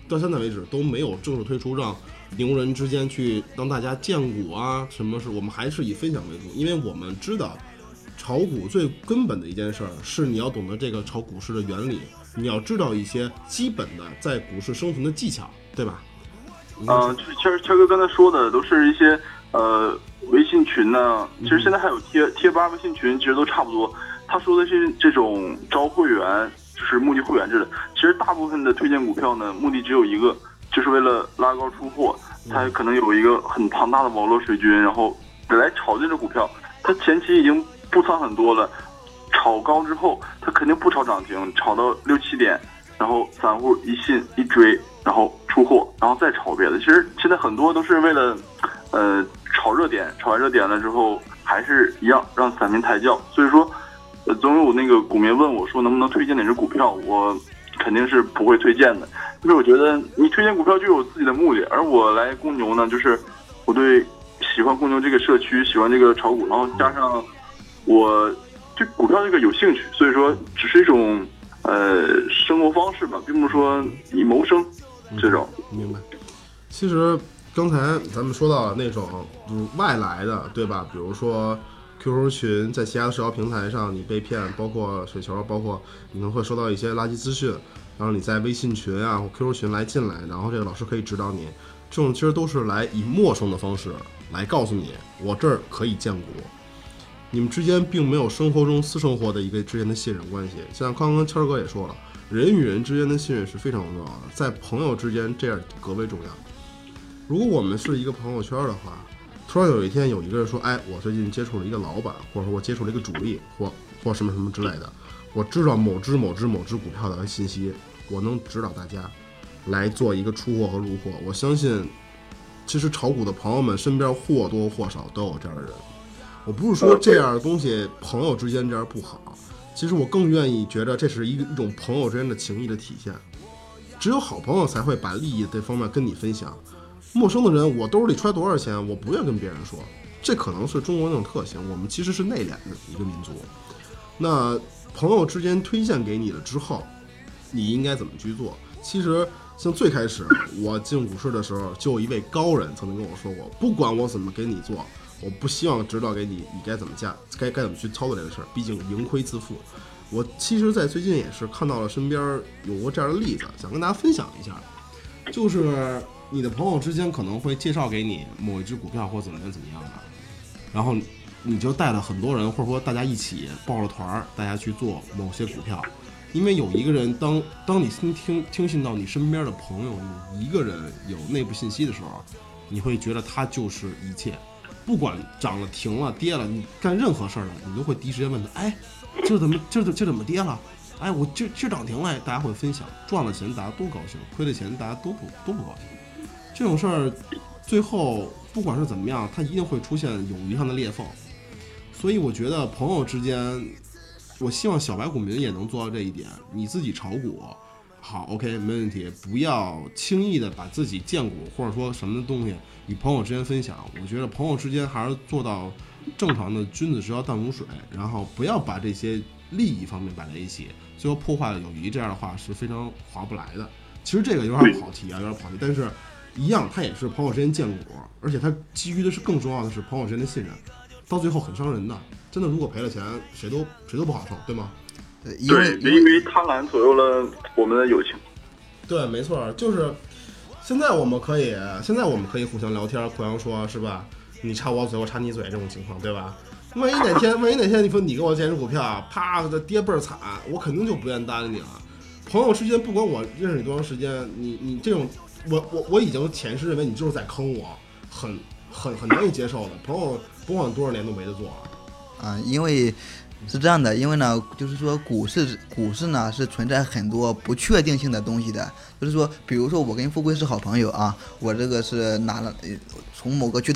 到现在为止都没有正式推出让牛人之间去让大家荐股啊，什么是我们还是以分享为主，因为我们知道炒股最根本的一件事是你要懂得这个炒股市的原理，你要知道一些基本的在股市生存的技巧，对吧？ 嗯、呃，就是谦谦哥刚才说的都是一些呃微信群呢，其实现在还有贴贴吧、微信群，其实都差不多。他说的是这种招会员，就是目的会员制的。其实大部分的推荐股票呢，目的只有一个，就是为了拉高出货。他可能有一个很庞大的网络水军，然后来炒这只股票。他前期已经布仓很多了，炒高之后，他肯定不炒涨停，炒到六七点，然后散户一信一追，然后出货，然后再炒别的。其实现在很多都是为了，呃，炒热点，炒完热点了之后，还是一样让散民抬轿。所以说。呃，总有那个股民问我说能不能推荐哪只股票，我肯定是不会推荐的，因为我觉得你推荐股票就有自己的目的，而我来公牛呢，就是我对喜欢公牛这个社区，喜欢这个炒股，然后加上我对股票这个有兴趣，所以说只是一种呃生活方式吧，并不是说以谋生这种。 嗯、明白。其实刚才咱们说到了那种就是外来的，对吧？比如说。Q Q 群在其他的社交平台上你被骗，包括水球，包括你可能会收到一些垃圾资讯，然后你在微信群啊或 Q Q 群来进来，然后这个老师可以指导你，这种其实都是来以陌生的方式来告诉你我这儿可以荐股，你们之间并没有生活中私生活的一个之间的信任关系。像刚刚谦儿哥也说了，人与人之间的信任是非常重要的，在朋友之间这样格外重要。如果我们是一个朋友圈的话，突然有一天有一个人说，哎，我最近接触了一个老板，或者说我接触了一个主力，或或什么什么之类的，我知道某只某只某只股票的信息，我能指导大家来做一个出货和入货。我相信其实炒股的朋友们身边或多或少都有这样的人。我不是说这样的东西朋友之间这样不好，其实我更愿意觉得这是一一种朋友之间的情谊的体现。只有好朋友才会把利益这方面跟你分享，陌生的人我兜里揣多少钱我不愿跟别人说，这可能是中国那种特性，我们其实是内敛的一个民族。那朋友之间推荐给你了之后，你应该怎么去做？其实像最开始我进股市的时候，就有一位高人曾经跟我说过，不管我怎么给你做，我不希望指导给你你该怎么价该该怎么去操作这个事儿，毕竟盈亏自负。我其实在最近也是看到了身边有过这样的例子，想跟大家分享一下。就是你的朋友之间可能会介绍给你某一只股票或怎么样怎么样的，然后你就带了很多人，或者说大家一起报了团，大家去做某些股票。因为有一个人，当当你听听听信到你身边的朋友有一个人有内部信息的时候，你会觉得他就是一切，不管涨了停了跌了，你干任何事儿了，你都会第一时间问他，哎，这怎么这这怎么跌了？哎，我这这涨停了，大家会分享，赚了钱大家都高兴，亏了钱大家都不都不高兴。这种事儿最后不管是怎么样，它一定会出现友谊上的裂缝。所以我觉得朋友之间，我希望小白股民也能做到这一点。你自己炒股好 OK 没问题，不要轻易的把自己荐股或者说什么东西与朋友之间分享。我觉得朋友之间还是做到正常的君子之交淡如水，然后不要把这些利益方面摆在一起，最后破坏了友谊，这样的话是非常划不来的。其实这个有点跑题啊，有点跑题，但是一样，它也是朋友之间荐股，而且它基于的是更重要的是朋友之间的信任，到最后很伤人的。真的，如果赔了钱，谁都谁都不好受，对吗？ 对，因为对，因为贪婪左右了我们的友情。 对，没错，就是现在我们可以，现在我们可以互相聊天，互相说，是吧？你插我嘴，我插你嘴，这种情况，对吧？万一哪天，万一哪天你说你给我荐只股票，啪的跌倍儿惨，我肯定就不愿意搭理你了。朋友之间，不管我认识你多长时间，你你这种，我我我已经潜意识认为你就是在坑我，很很很难以接受的。朋友不管多少年都没得做了。 啊，因为是这样的，因为呢，就是说股市股市呢是存在很多不确定性的东西的。就是说，比如说我跟富贵是好朋友啊，我这个是拿了从某个渠道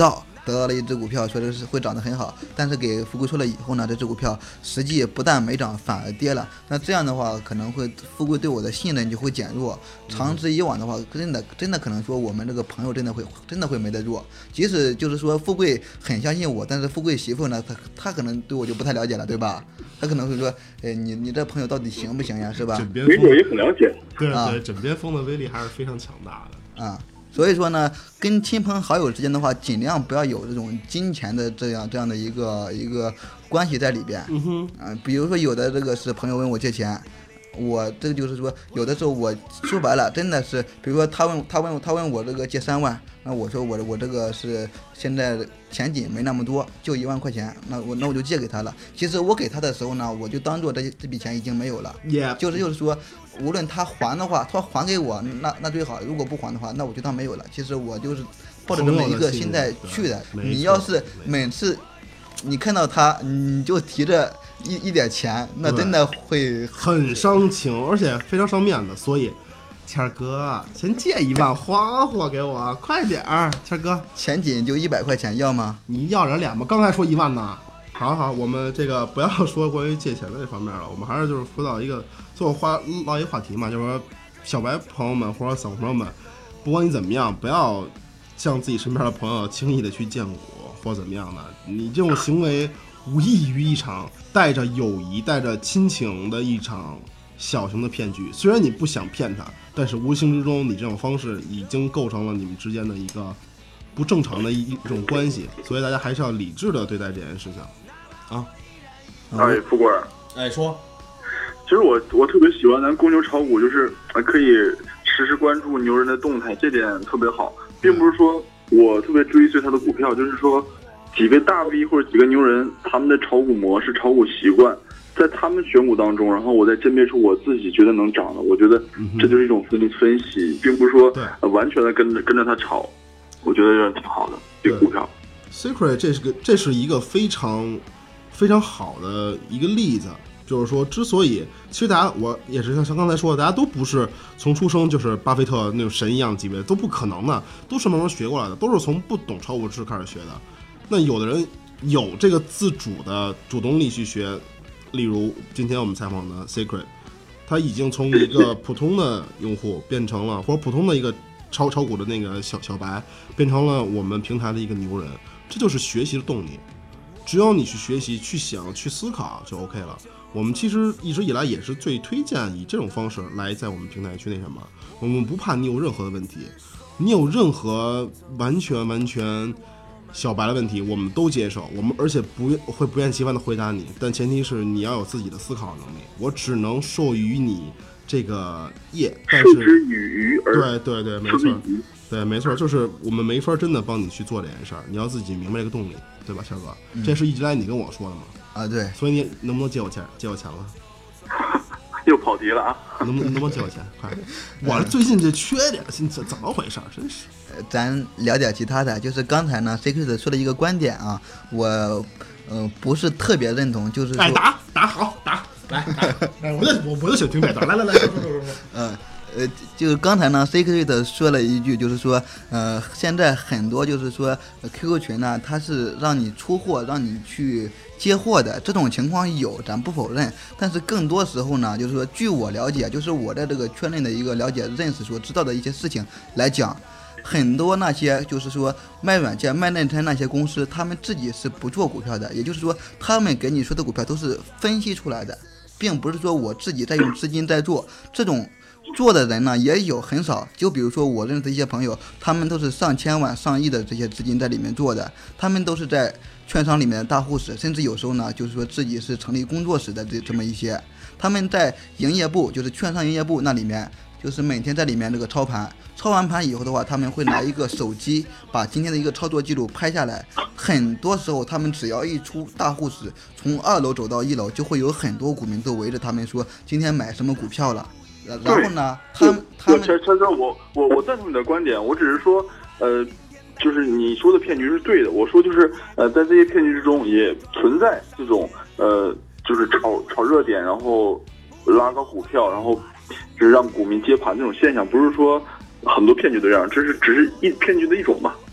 得到了一只股票，说的是会涨得很好，但是给富贵说了以后呢，这只股票实际不但没涨，反而跌了。那这样的话，可能会富贵对我的信任就会减弱。长此以往的话，真的真的可能说我们这个朋友真的会真的会没得做。即使就是说富贵很相信我，但是富贵媳妇呢，她她可能对我就不太了解了，对吧？她可能会说，哎，你你这朋友到底行不行呀，是吧？ 枕边没准也很了解。 对啊对，枕边风的威力还是非常强大的。 啊，所以说呢，跟亲朋好友之间的话，尽量不要有这种金钱的这样这样的一个一个关系在里边。 嗯哼， 啊，比如说有的这个是朋友问我借钱，我这个就是说，有的时候我说白了，真的是，比如说他问他问他问我这个借三万，那我说我我这个是现在钱紧没那么多，就一万块钱，那我那我就借给他了。其实我给他的时候呢，我就当做这这笔钱已经没有了， 也就是就是说，无论他还的话，他还给我，那那最好；如果不还的话，那我就当没有了。其实我就是抱着这么一个心态去的。你要是每次你看到他，你就提着一一点钱，那真的会很伤情，而且非常伤面子。所以，谦儿哥，先借一万花花给我，快点儿，谦儿哥， 钱紧就一百块钱，要吗？ 你要人脸吗？刚才说一万呢。好好，我们这个不要说关于借钱的这方面了，我们还是就是说到一个最后话唠一个话题嘛，就是说小白朋友们或者散户朋友们，不管你怎么样，不要向自己身边的朋友轻易的去荐股或怎么样的，你这种行为无异于一场带着友谊、带着亲情的一场小型的骗局。虽然你不想骗他，但是无形之中，你这种方式已经构成了你们之间的一个不正常的一一种关系。所以大家还是要理智的对待这件事情。啊， 哎，富贵儿， 哎，说， 其实我我特别喜欢咱公牛炒股，就是可以实时关注牛人的动态，这点特别好，并不是说我特别追随他的股票，就是说几个大 V 或者几个牛人他们的炒股模式、炒股习惯，在他们选股当中，然后我再甄别出我自己觉得能涨的，我觉得这就是一种分分析，并不是说、呃、完全的跟着跟着他炒，我觉得这样挺好的。这个股票 Secret 这是个这是一个非常非常好的一个例子，就是说，之所以其实大家我也是像刚才说的，大家都不是从出生就是巴菲特那种神一样级别，都不可能的，都是慢慢学过来的，都是从不懂炒股知识开始学的。那有的人有这个自主的主动力去学，例如今天我们采访的 Secret， 他已经从一个普通的用户变成了，或者普通的一个炒炒股的那个小小白，变成了我们平台的一个牛人，这就是学习的动力。只要你去学习、去想、去思考，就 OK 了。我们其实一直以来也是最推荐以这种方式来在我们平台去那什么。我们不怕你有任何的问题，你有任何完全完全小白的问题，我们都接受。我们而且不会不厌其烦的回答你，但前提是你要有自己的思考能力。我只能授予你这个业，但是授之以鱼而对对对，没错。对，没错，就是我们没法真的帮你去做这件事儿，你要自己明白这个动力，对吧，谦哥？ 嗯、 这是一直来你跟我说的嘛？ 啊，对。 所以你能不能借我钱？借我钱了？ 又跑题了啊！ 能不能能不能借我钱？快！我这最近这缺点，怎怎么回事？真是。 呃，咱聊点其他的，就是刚才呢 ，Secret 说了一个观点啊，我呃不是特别认同，就是说， 哎，打打好打，来打，哎，我就我我就想听这段，来来来，说说说说。 嗯。呃，就是刚才呢 ，Secret 说了一句，就是说，呃，现在很多就是说、呃、Q Q 群呢，它是让你出货，让你去接货的，这种情况有，咱不否认。但是更多时候呢，就是说，据我了解，就是我在这个圈内的一个了解、认识所知道的一些事情来讲，很多那些就是说卖软件、卖内参那些公司，他们自己是不做股票的，也就是说，他们给你说的股票都是分析出来的，并不是说我自己在用资金在做这种。做的人呢也有很少，就比如说我认识一些朋友，他们都是上千万、上亿的这些资金在里面做的，他们都是在券商里面的大护士，甚至有时候呢，就是说自己是成立工作室的这这么一些，他们在营业部，就是券商营业部那里面，就是每天在里面这个操盘，操完盘以后的话，他们会拿一个手机把今天的一个操作记录拍下来，很多时候他们只要一出大护士，从二楼走到一楼，就会有很多股民都围着他们说今天买什么股票了。然后呢，他们他们， 陈陈哥，我我我赞同你的观点，我只是说，呃，就是你说的骗局是对的。我说就是，呃，在这些骗局之中也存在这种，呃，就是炒炒热点，然后拉高股票，然后就是让股民接盘这种现象，不是说很多骗局都这样，这是只是一骗局的一种吧。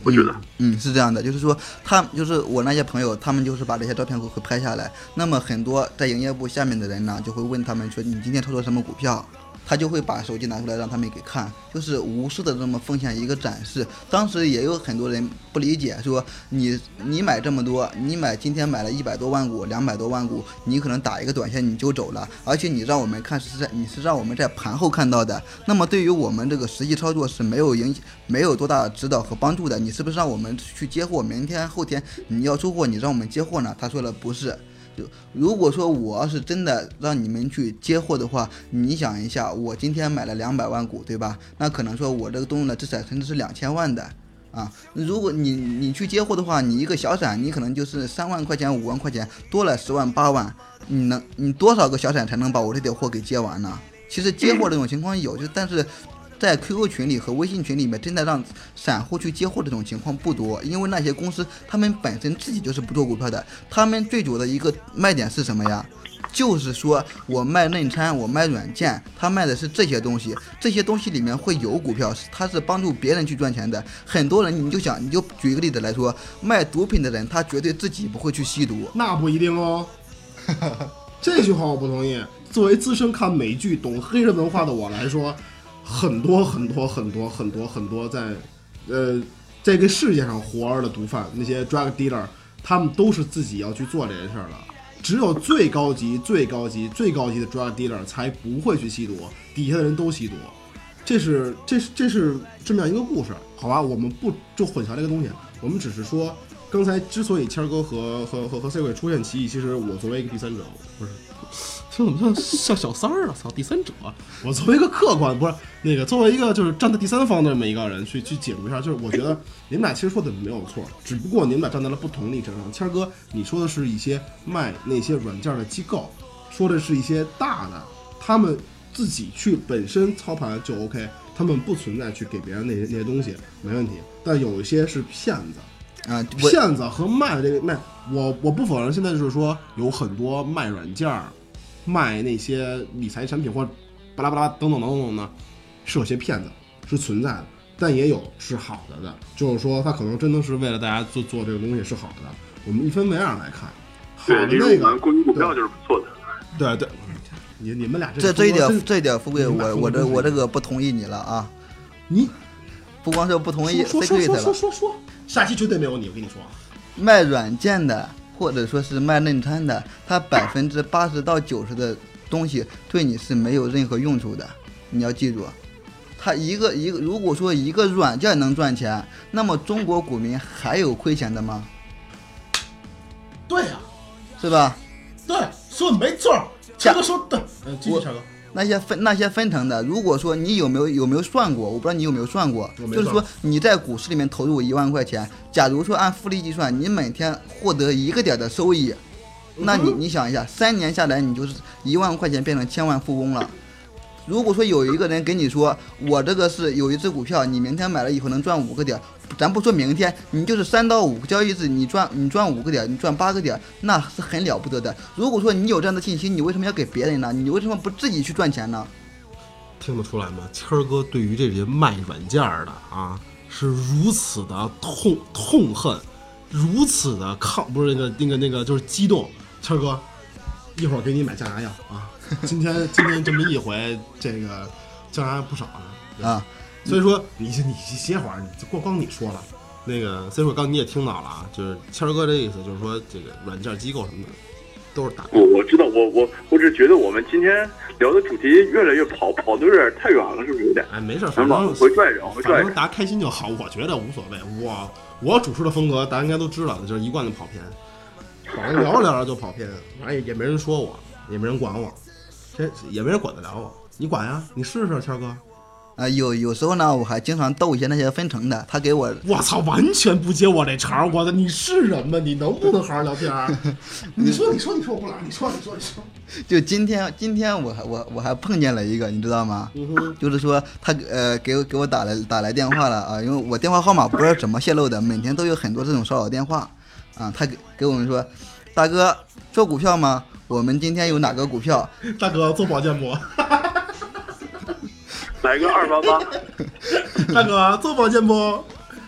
我觉得。 嗯，嗯是这样的，就是说他就是我那些朋友，他们就是把这些照片会会拍下来。那么很多在营业部下面的人呢，就会问他们说：“你今天操作什么股票？”他就会把手机拿出来让他们给看，就是无私的这么奉献一个展示。当时也有很多人不理解，说你你买这么多，你买今天买了一百多万股、两百多万股，你可能打一个短线你就走了，而且你让我们看是在你是让我们在盘后看到的，那么对于我们这个实际操作是没有影没有多大指导和帮助的。你是不是让我们去接货？明天后天你要出货，你让我们接货呢？他说了不是。就如果说我要是真的让你们去接货的话，你想一下，我今天买了两百万股，对吧？那可能说我这个东西呢，这散甚至是两千万的啊。如果你你去接货的话，你一个小散，你可能就是三万块钱、五万块钱，多了十万八万，你能你多少个小散才能把我这点货给接完呢？其实接货这种情况有，就但是。在 Q Q 群里和微信群里面，真的让散户去接货这种情况不多，因为那些公司他们本身自己就是不做股票的，他们最主要的一个卖点是什么呀？就是说我卖内参，我卖软件，他卖的是这些东西，这些东西里面会有股票，他是帮助别人去赚钱的。很多人你就想，你就举一个例子来说，卖毒品的人他绝对自己不会去吸毒， 那不一定哦。这句话我不同意。作为资深看美剧、懂黑人文化的我来说。很多很多很多很多很多在，呃，这个世界上活着的毒贩，那些 drug dealer， 他们都是自己要去做这件事儿的。只有最高级、最高级、最高级的 drug dealer 才不会去吸毒，底下的人都吸毒。这是这是这是这么样一个故事，好吧？我们不就混淆这个东西，我们只是说，刚才之所以谦哥和和和和 C 鬼出现歧义，其实我作为一个第三者，不是。这怎么像像小三儿啊？操，第三者！我作为一个客观，不是那个作为一个就是站在第三方的这么一个人去去解读一下，就是我觉得你们俩其实说的没有错，只不过你们俩站在了不同立场上。谦哥，你说的是一些卖那些软件的机构，说的是一些大的，他们自己去本身操盘就 OK， 他们不存在去给别人那些那些东西，没问题。但有一些是骗子。啊，骗子和卖这个卖，我我不否认，现在就是说有很多卖软件、卖那些理财产品或巴拉巴拉等等等等的，是有些骗子是存在的，但也有是好的的，就是说他可能真的是为了大家做做这个东西是好的，我们一分为二来看。好的那个公股票就是不错的。 对对，你你们俩这这一点这一点富贵，我我这我这个不同意你了啊！ 你不光是不同意， 说说说说说说。下期绝对没有你，我跟你说， 卖软件的或者说是卖内参的，它百分之八十到九十的东西对你是没有任何用处的。你要记住，它一个一个，如果说一个软件能赚钱，那么中国股民还有亏钱的吗？ 对呀、啊， 是吧？ 对，说的没错。强哥说的，嗯，继续强哥。 那些分那些分成的，如果说你有没有有没有算过，我不知道你有没有算过，就是说你在股市里面投入一万块钱，假如说按复利计算，你每天获得一个点的收益，那你你想一下，三年下来你就是一万块钱变成千万富翁了。如果说有一个人跟你说，我这个是有一只股票，你明天买了以后能赚五个点，咱不说明天，你就是三到五个交易日，你赚你赚五个点，你赚八个点，那是很了不得的。如果说你有这样的信息，你为什么要给别人呢？你为什么不自己去赚钱呢？ 听得出来吗？谦儿哥对于这些卖软件的啊，是如此的痛痛恨，如此的抗，不是那个那个那个就是激动。谦儿哥，一会儿给你买降压药啊！今天今天这么一回，这个降压不少呢啊。所以说你你歇会儿，你光光你说了，那个所以说刚你也听到了啊，就是谦儿哥这意思就是说这个软件机构什么的都是打。 我我知道，我我我只觉得我们今天聊的主题越来越跑跑的有点太远了，是不是有点？ 哎，没事，反正回拽着，回拽着， 大家开心就好，我觉得无所谓。我我主持的风格大家应该都知道的，就是一贯的跑偏，反正聊着聊着就跑偏，反正也也没人说我，也没人管我，这也没人管得了我。你管呀？你试试，谦哥。 啊、呃，有有时候呢，我还经常逗一些那些分成的，他给我， 我操，完全不接我这茬，我的，你是人吗？你能不能好好聊天？你说，你说，你说我不来，你说，你说，你说。 就今天，今天我还我我还碰见了一个，你知道吗？ 嗯、 就是说他呃给我给我打来打来电话了啊，因为我电话号码不知道怎么泄露的，每天都有很多这种骚扰电话啊。他给给我们说，大哥做股票吗？我们今天有哪个股票？ 大哥做保健不？ 来个二八八， 大哥做保健不？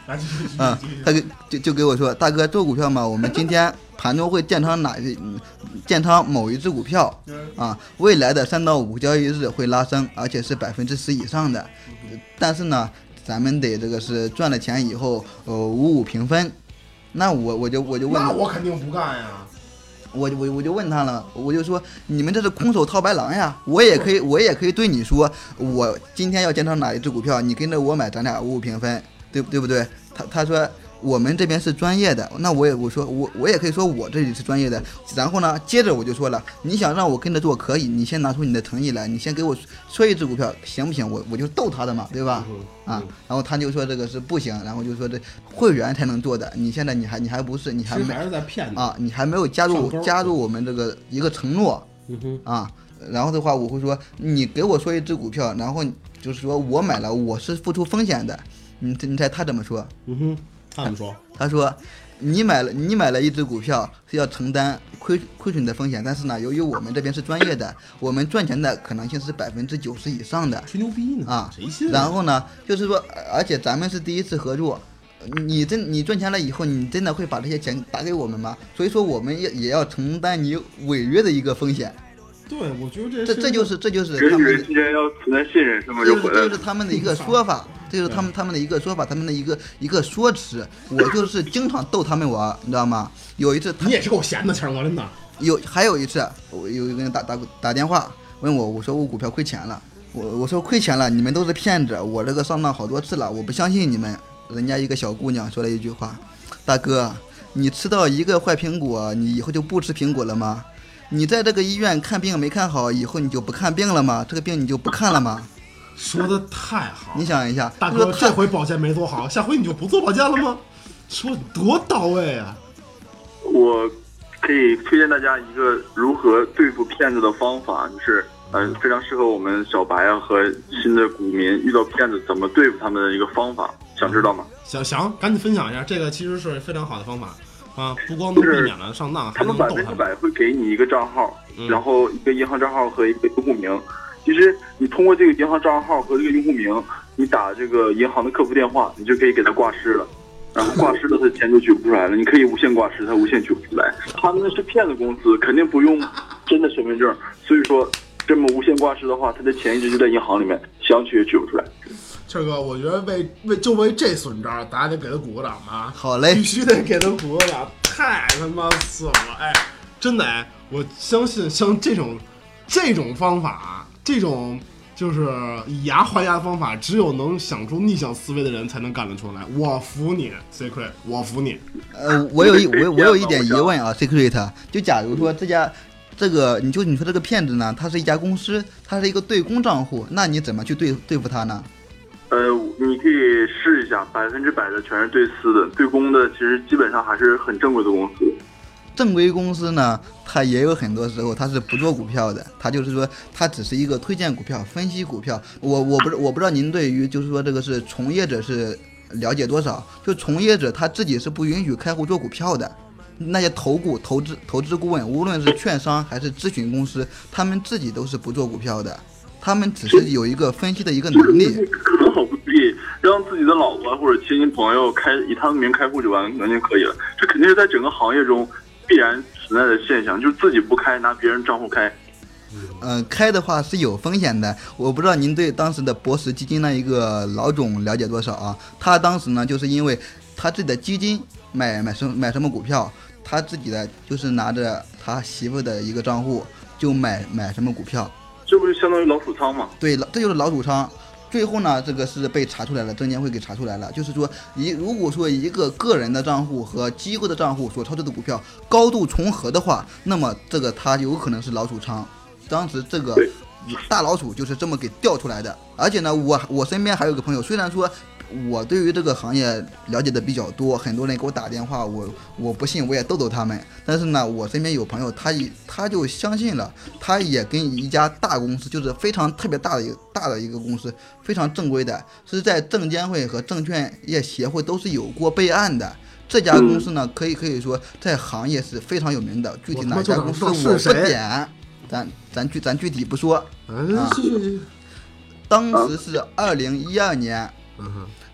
啊，他给就就给我说，大哥做股票嘛，我们今天盘中会建仓哪一建仓某一只股票啊，未来的三到五个交易日会拉升，而且是百分之十以上的，但是呢，咱们得这个是赚了钱以后，呃，五五平分。那我我就我就问， 那我肯定不干呀。 我我我就问他了，我就说你们这是空手套白狼呀！我也可以，我也可以对你说，我今天要建仓哪一只股票，你跟着我买，咱俩五五平分，对对不对？他他说我们这边是专业的，那我也我说我我也可以说我这里是专业的。然后呢，接着我就说了，你想让我跟着做可以，你先拿出你的诚意来，你先给我说一只股票行不行？我我就逗他的嘛，对吧？啊，然后他就说这个是不行，然后就说这会员才能做的，你现在你还你还不是你还没还是在骗你啊，你还没有加入加入我们这个一个承诺， 嗯哼啊，然后的话我会说你给我说一只股票，然后就是说我买了我是付出风险的，你你猜他怎么说？ 嗯哼，他怎么说？ 他说你买了你买了一只股票是要承担亏亏损的风险，但是呢，由于我们这边是专业的，我们赚钱的可能性是百分之九十以上的。 吹牛逼呢啊！ 谁信啊？ 然后呢，就是说，而且咱们是第一次合作，你真你赚钱了以后，你真的会把这些钱打给我们吗？所以说，我们也也要承担你违约的一个风险。 对，我觉得这这这就是这就是人与他们人之间要存在信任，是吗？ 这就是回来了这就是他们的一个说法，这就是他们他们的一个说法，他们的一个一个说辞。我就是经常逗他们玩，你知道吗？有一次他你也是够闲的，强哥，真的。 有还有一次，我有一个人打打打电话问我，我说我股票亏钱了，我我说亏钱了，你们都是骗子，我这个上当好多次了，我不相信你们。人家一个小姑娘说了一句话，大哥，你吃到一个坏苹果，你以后就不吃苹果了吗？你在这个医院看病没看好，以后你就不看病了吗？这个病你就不看了吗？ 说的太好， 你想一下， 大哥，这回保健没做好，下回你就不做保健了吗？说多到位啊！ 我可以推荐大家一个如何对付骗子的方法，就是呃非常适合我们小白啊和新的股民遇到骗子怎么对付他们的一个方法，想知道吗？ 想想，赶紧分享一下，这个其实是非常好的方法啊，不光能避免了上当，还他们百能逗他们。 分之百会给你一个账号， 嗯然后一个银行账号和一个用户名。其实你通过这个银行账号和这个用户名，你打这个银行的客服电话，你就可以给他挂失了。然后挂失了，他的钱就取不出来了。你可以无限挂失，他无限取不出来。他们是骗子公司，肯定不用真的身份证，所以说这么无限挂失的话，他的钱一直就在银行里面，想取也取不出来。 这个我觉得为为就为这损招，大家得给他鼓个掌吧。 好嘞， 必须得给他鼓个掌，太他妈损了！哎，真的哎，我相信像这种这种方法，这种就是以牙还牙的方法，只有能想出逆向思维的人才能干得出来。我服你 ，Secret， 我服你。 呃，我有一我我有一点疑问啊 ，Secret， 就假如说这家这个，你就你说这个骗子呢，他是一家公司，他是一个对公账户，那你怎么去对对付他呢？ 呃，你可以试一下，百分之百的全是对私的，对公的其实基本上还是很正规的公司。 正规公司呢，它也有很多时候它是不做股票的，它就是说它只是一个推荐股票、分析股票。我我不我不知道您对于就是说这个是从业者是了解多少？就从业者他自己是不允许开户做股票的。那些投顾、投资、投资顾问，无论是券商还是咨询公司，他们自己都是不做股票的，他们只是有一个分析的一个能力。 很好，不可以让自己的老婆或者亲戚朋友开以他的名开户就完完全可以了。这肯定是在整个行业中必然存在的现象，就是自己不开，拿别人账户开。 呃，开的话是有风险的。我不知道您对当时的博时基金那一个老总了解多少啊？他当时呢，就是因为他自己的基金买买什买什么股票，他自己的就是拿着他媳妇的一个账户就买买什么股票， 这不是相当于老鼠仓吗？ 对，这就是老鼠仓。最后呢，这个是被查出来了，证监会给查出来了，就是说，一如果说一个个人的账户和机构的账户所操作的股票高度重合的话，那么这个它有可能是老鼠仓。当时这个大老鼠就是这么给调出来的。而且呢，我我身边还有个朋友，虽然说我对于这个行业了解的比较多，很多人给我打电话，我我不信，我也逗逗他们。但是呢，我身边有朋友，他也他就相信了，他也跟一家大公司，就是非常特别大的一个大的一个公司，非常正规的，是在证监会和证券业协会都是有过备案的。这家公司呢，可以可以说在行业是非常有名的。具体哪家公司我不点，咱咱具咱具体不说。 嗯， 啊、当时是二零一二年。 嗯哼，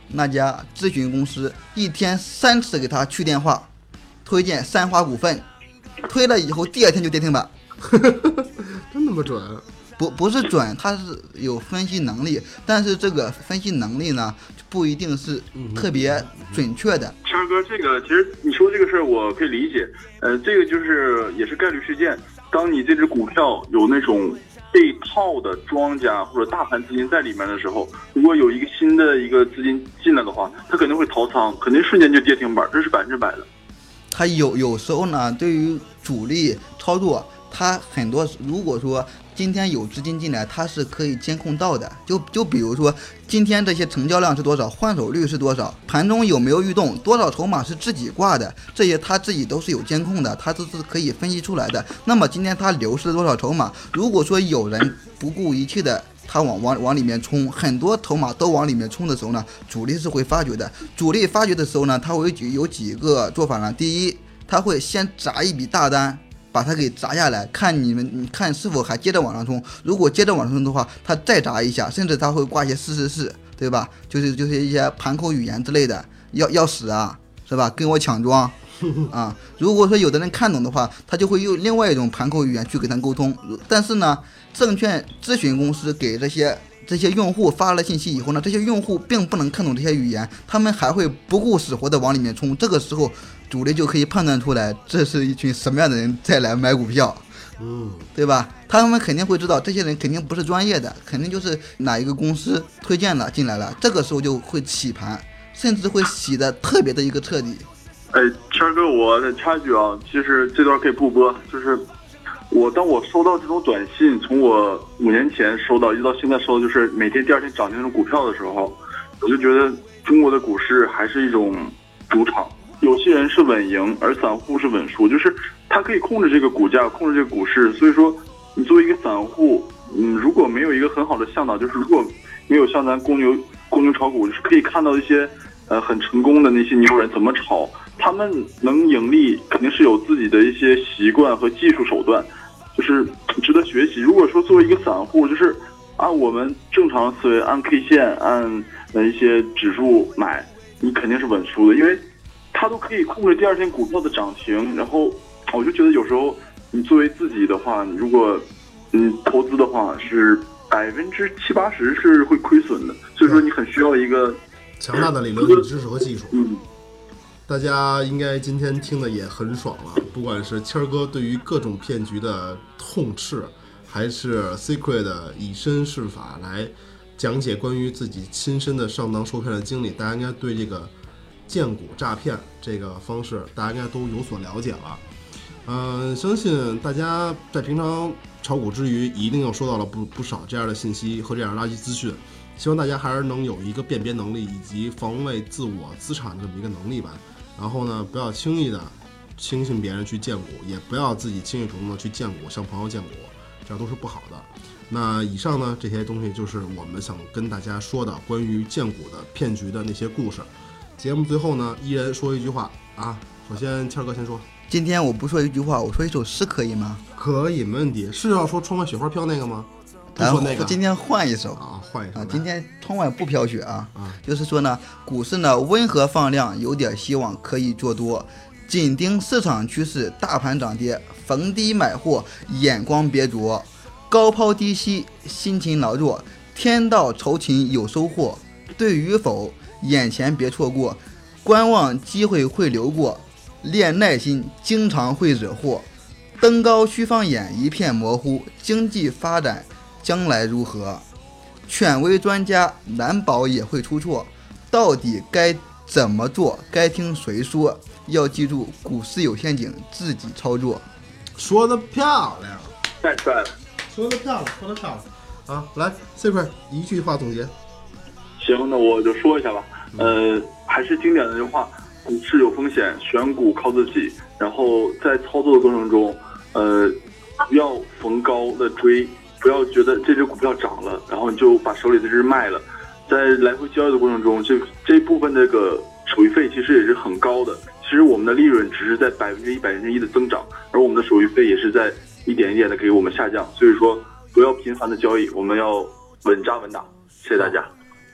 那家咨询公司一天三次给他去电话，推荐三花股份，推了以后第二天就跌停板。 真他妈准！ 不不是准，它是有分析能力，但是这个分析能力呢，不一定是特别准确的。 谦儿哥，这个其实你说这个事儿我可以理解，呃，这个就是也是概率事件。当你这只股票有那种被套的庄家或者大盘资金在里面的时候，如果有一个新的一个资金进来的话，它肯定会逃仓，肯定瞬间就跌停板，这是百分之百的。 它有有时候呢，对于主力操作，它很多如果说今天有资金进来，它是可以监控到的。就就比如说今天这些成交量是多少，换手率是多少，盘中有没有异动，多少筹码是自己挂的，这些他自己都是有监控的，他都是可以分析出来的。那么今天他流失了多少筹码？如果说有人不顾一切的他往往往里面冲，很多筹码都往里面冲的时候呢，主力是会发觉的。主力发觉的时候呢，他会有几个做法呢？第一，他会先砸一笔大单，把它给砸下来，看你们你看是否还接着往上冲。如果接着往上冲的话，他再砸一下，甚至他会挂一些四四四，对吧？就是就是一些盘口语言之类的，要要死啊，是吧？跟我抢庄啊！如果说有的人看懂的话，他就会用另外一种盘口语言去给他沟通。但是呢，证券咨询公司给这些这些用户发了信息以后呢，这些用户并不能看懂这些语言，他们还会不顾死活的往里面冲。这个时候，主力就可以判断出来，这是一群什么样的人再来买股票， 嗯， 对吧？他们肯定会知道，这些人肯定不是专业的，肯定就是哪一个公司推荐了进来了，这个时候就会洗盘，甚至会洗的特别的一个彻底。 哎，谦儿哥，我再插一句啊，其实这段可以不播，就是我当我收到这种短信，从我五年前收到一直到现在收到，就是每天第二天涨停那种股票的时候，我就觉得中国的股市还是一种赌场，有些人是稳赢，而散户是稳输，就是他可以控制这个股价，控制这个股市。所以说，你作为一个散户，嗯，如果没有一个很好的向导，就是如果没有像咱公牛公牛炒股，就是可以看到一些呃很成功的那些牛人怎么炒。他们能盈利，肯定是有自己的一些习惯和技术手段，就是值得学习。如果说作为一个散户，就是按我们正常思维，按 K 线，按一些指数买，你肯定是稳输的，因为他都可以控制第二天股票的涨停。然后我就觉得有时候你作为自己的话，你如果嗯投资的话，是百分之七八十是会亏损的。所以说你很需要一个强大的理论知识和技术。 嗯。 大家应该今天听的也很爽了，不管是谦儿哥对于各种骗局的痛斥，还是 Secret 的以身试法来讲解关于自己亲身的上当受骗的经历，大家应该对这个荐股诈骗这个方式，大家应该都有所了解了。嗯、呃，相信大家在平常炒股之余，一定又收到了不不少这样的信息和这样的垃圾资讯。希望大家还是能有一个辨别能力以及防卫自我资产这么一个能力吧。然后呢，不要轻易的轻信别人去荐股，也不要自己轻易主动的去荐股，向朋友荐股，这样都是不好的。那以上呢，这些东西就是我们想跟大家说的关于荐股的骗局的那些故事。节目最后呢，依然说一句话啊，首先谦儿哥先说。 今天我不说一句话，我说一首诗可以吗？ 可以，没问题。是要说窗外雪花飘那个吗？不说那个， 今天换一首啊，换一首啊！今天窗外不飘雪啊，啊就是说呢，股市呢温和放量，有点希望可以做多，紧盯市场趋势，大盘涨跌，逢低买货，眼光别拙，高抛低吸，辛勤劳作，天道酬勤有收获，对与否，眼前别错过，观望机会会流过，练耐心，经常会惹祸，登高须放眼，一片模糊，经济发展将来如何？权威专家难保也会出错，到底该怎么做？该听谁说？要记住，股市有陷阱，自己操作。 说得漂亮， 太帅了！ 说得漂亮，说得漂亮啊！来 ，Secret 一句话总结。 行，那我就说一下吧。呃，还是经典的那句话，股市有风险，选股靠自己。然后在操作的过程中，呃，不要逢高的追。不要觉得这只股票涨了，然后你就把手里这只卖了。在来回交易的过程中，这这部分这个手续费其实也是很高的。其实我们的利润只是在百分之一、百分之一的增长，而我们的手续费也是在一点一点的给我们下降。所以说，不要频繁的交易，我们要稳扎稳打。谢谢大家。 好，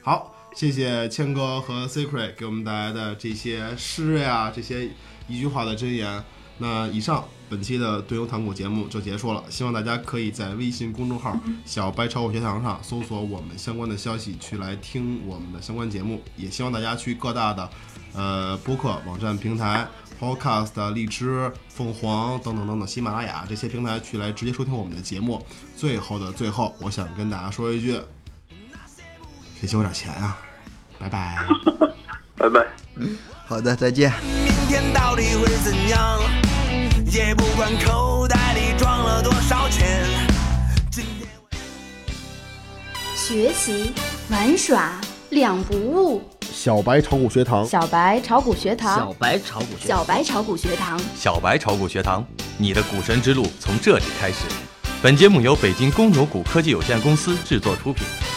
谢谢谦哥和 Secret 给我们带来的这些诗呀，这些一句话的箴言。那以上本期的对牛谈股节目就结束了，希望大家可以在微信公众号小白炒股学堂上搜索我们相关的消息，去来听我们的相关节目。也希望大家去各大的呃播客网站平台 Podcast、 荔枝、凤凰等等等等，喜马拉雅这些平台去来直接收听我们的节目。最后的最后，我想跟大家说一句，谁借我点钱啊？拜拜。 拜拜。 好的，再见。 明天到底会怎样？也不管口袋里装了多少钱。 学习玩耍两不误。 小白炒股学堂， 小白炒股学堂， 小白炒股学堂， 小白炒股学堂， 小白炒股学堂，你的股神之路从这里开始。本节目由北京公牛股科技有限公司制作出品。